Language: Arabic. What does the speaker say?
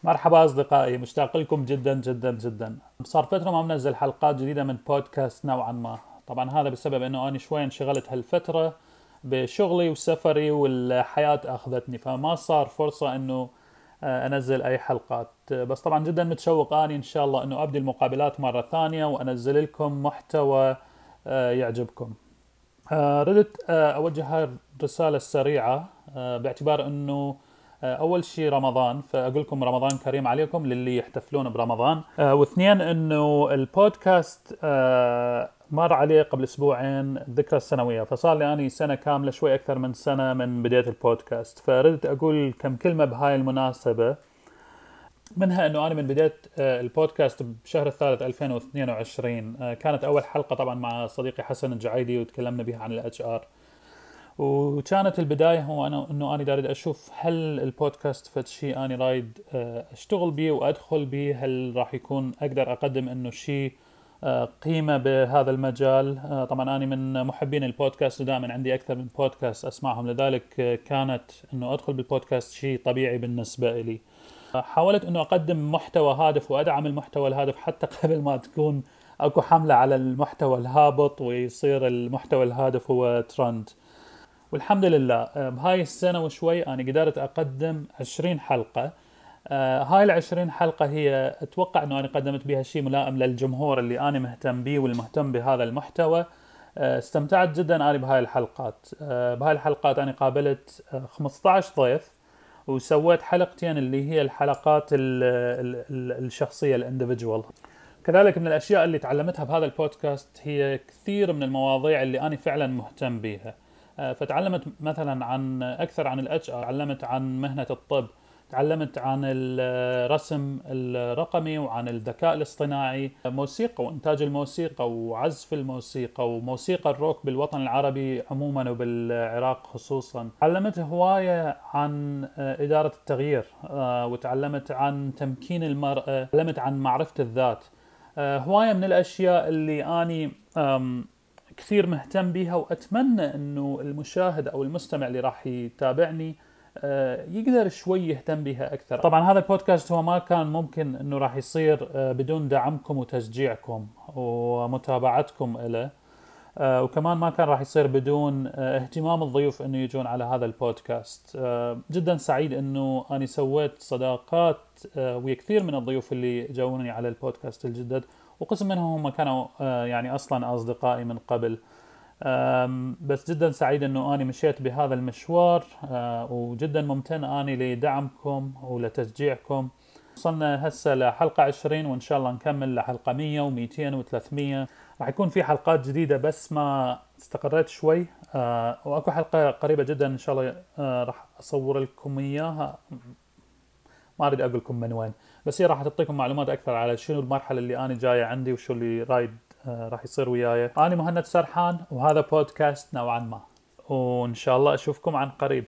مرحبا أصدقائي، مشتاق لكم جدا جدا جدا. صار فترة ما منزل حلقات جديدة من بودكاست نوعا ما. طبعا هذا بسبب أنه أنا شوي انشغلت هالفترة بشغلي وسفري والحياة أخذتني، فما صار فرصة أنه أنزل أي حلقات. بس طبعا جدا متشوق أني إن شاء الله أنه أبدي المقابلات مرة ثانية وأنزل لكم محتوى يعجبكم. ردت أوجه هاي الرسالة السريعة باعتبار أنه أول شيء رمضان، فأقول لكم رمضان كريم عليكم للي يحتفلون برمضان. واثنين أنه البودكاست مر عليه قبل أسبوعين الذكرى السنوية، فصار لي أني سنة كاملة، شوي أكثر من سنة من بداية البودكاست. فردت أقول كم كلمة بهاي المناسبة، منها أنه أنا من بداية البودكاست بشهر الثالث 2022 كانت أول حلقة طبعا مع صديقي حسن الجعيدي وتكلمنا بها عن الاتش ار. وكانت البداية هو انه انا داري اشوف هل البودكاست فد شيء انا رايد اشتغل بيه وادخل بيه، هل راح يكون اقدر اقدم انه شيء قيمة بهذا المجال. طبعا انا من محبين البودكاست ودائما عندي اكثر من بودكاست اسمعهم، لذلك كانت انه ادخل بالبودكاست شيء طبيعي بالنسبة لي. حاولت انه اقدم محتوى هادف وادعم المحتوى الهادف حتى قبل ما تكون اكو حملة على المحتوى الهابط ويصير المحتوى الهادف هو ترند. والحمد لله بهاي السنة وشوي أنا قدرت أقدم 20 حلقة. هاي ال20 حلقة هي أتوقع أنه أنا قدمت بها شيء ملائم للجمهور اللي أنا مهتم به والمهتم بهذا المحتوى. استمتعت جدا أنا بهاي الحلقات. بهاي الحلقات أنا قابلت 15 ضيف، وسويت حلقتين اللي هي الحلقات الشخصية الاندفيدوال. كذلك من الأشياء اللي تعلمتها بهذا البودكاست هي كثير من المواضيع اللي أنا فعلا مهتم بيها. فتعلمت مثلا عن أكثر عن الاتش ار، تعلمت عن مهنة الطب، تعلمت عن الرسم الرقمي وعن الذكاء الاصطناعي، موسيقى وإنتاج الموسيقى وعزف الموسيقى وموسيقى الروك بالوطن العربي عموما وبالعراق خصوصا. تعلمت هواية عن إدارة التغيير، وتعلمت عن تمكين المرأة، تعلمت عن معرفة الذات. هواية من الأشياء اللي أني كثير مهتم بيها، وأتمنى أنه المشاهد أو المستمع اللي راح يتابعني يقدر شوي يهتم بها أكثر. طبعا هذا البودكاست هو ما كان ممكن أنه راح يصير بدون دعمكم وتشجيعكم ومتابعتكم له. وكمان ما كان راح يصير بدون اهتمام الضيوف انه يجون على هذا البودكاست. جدا سعيد انه انا سويت صداقات ويا كثير من الضيوف اللي جاوني على البودكاست الجدد، وقسم منهم هم كانوا يعني اصلا اصدقائي من قبل. بس جدا سعيد انه اني مشيت بهذا المشوار، وجدا ممتن اني لدعمكم ولتشجيعكم. وصلنا هسه لحلقة 20، وإن شاء الله نكمل لحلقة 100 و200 و300. راح يكون في حلقات جديدة بس ما استقريت شوي. وأكو حلقة قريبة جدا إن شاء الله راح أصور لكم إياها. ما أريد أقول لكم من وين، بس هي راح تعطيكم معلومات أكثر على شنو المرحلة اللي أنا جاية عندي وشو اللي رايد راح يصير وياي. أنا مهند سرحان وهذا بودكاست نوعا ما، وإن شاء الله أشوفكم عن قريب.